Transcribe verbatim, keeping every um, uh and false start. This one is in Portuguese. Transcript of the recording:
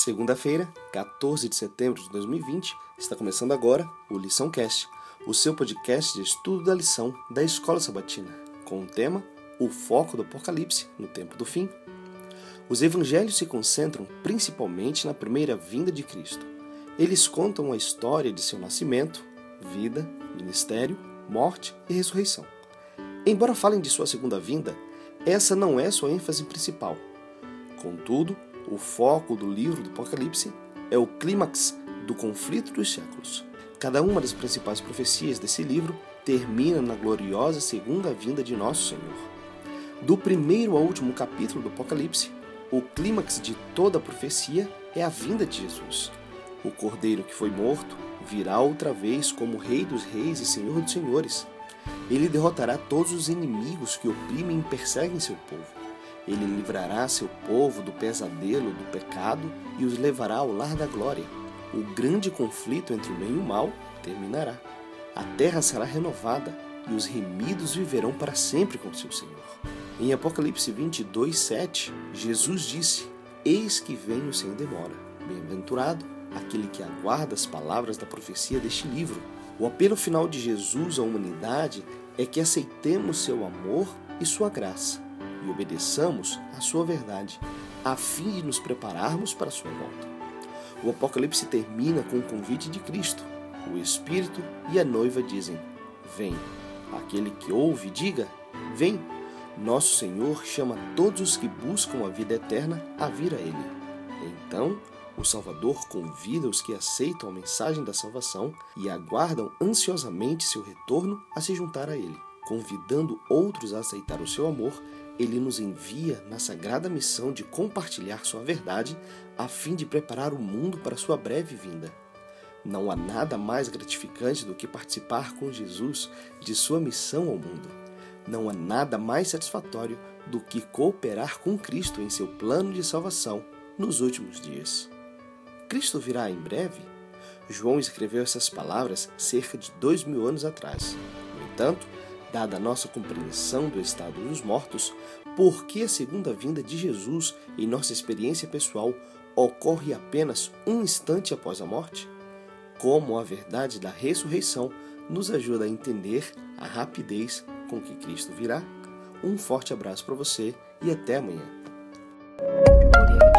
Segunda-feira, quatorze de setembro de dois mil e vinte, está começando agora o LiçãoCast, o seu podcast de estudo da lição da Escola Sabatina, com o tema O Foco do Apocalipse no Tempo do Fim. Os evangelhos se concentram principalmente na primeira vinda de Cristo. Eles contam a história de seu nascimento, vida, ministério, morte e ressurreição. Embora falem de sua segunda vinda, essa não é sua ênfase principal. Contudo, o foco do livro do Apocalipse é o clímax do conflito dos séculos. Cada uma das principais profecias desse livro termina na gloriosa segunda vinda de nosso Senhor. Do primeiro ao último capítulo do Apocalipse, o clímax de toda a profecia é a vinda de Jesus. O Cordeiro que foi morto virá outra vez como Rei dos Reis e Senhor dos Senhores. Ele derrotará todos os inimigos que oprimem e perseguem seu povo. Ele livrará seu povo do pesadelo do pecado e os levará ao lar da glória. O grande conflito entre o bem e o mal terminará. A terra será renovada e os remidos viverão para sempre com seu Senhor. Em Apocalipse vinte e dois, sete, Jesus disse: Eis que venho sem demora. Bem-aventurado aquele que aguarda as palavras da profecia deste livro. O apelo final de Jesus à humanidade é que aceitemos seu amor e sua graça e obedeçamos a sua verdade, a fim de nos prepararmos para a sua volta. O Apocalipse termina com o convite de Cristo. O Espírito e a noiva dizem: Vem. Aquele que ouve, diga: Vem. Nosso Senhor chama todos os que buscam a vida eterna a vir a Ele. Então, o Salvador convida os que aceitam a mensagem da salvação e aguardam ansiosamente seu retorno a se juntar a Ele. Convidando outros a aceitar o seu amor, Ele nos envia na sagrada missão de compartilhar sua verdade a fim de preparar o mundo para sua breve vinda. Não há nada mais gratificante do que participar com Jesus de sua missão ao mundo. Não há nada mais satisfatório do que cooperar com Cristo em seu plano de salvação nos últimos dias. Cristo virá em breve? João escreveu essas palavras cerca de dois mil anos atrás. No entanto, dada a nossa compreensão do estado dos mortos, por que a segunda vinda de Jesus, em nossa experiência pessoal, ocorre apenas um instante após a morte? Como a verdade da ressurreição nos ajuda a entender a rapidez com que Cristo virá? Um forte abraço para você e até amanhã.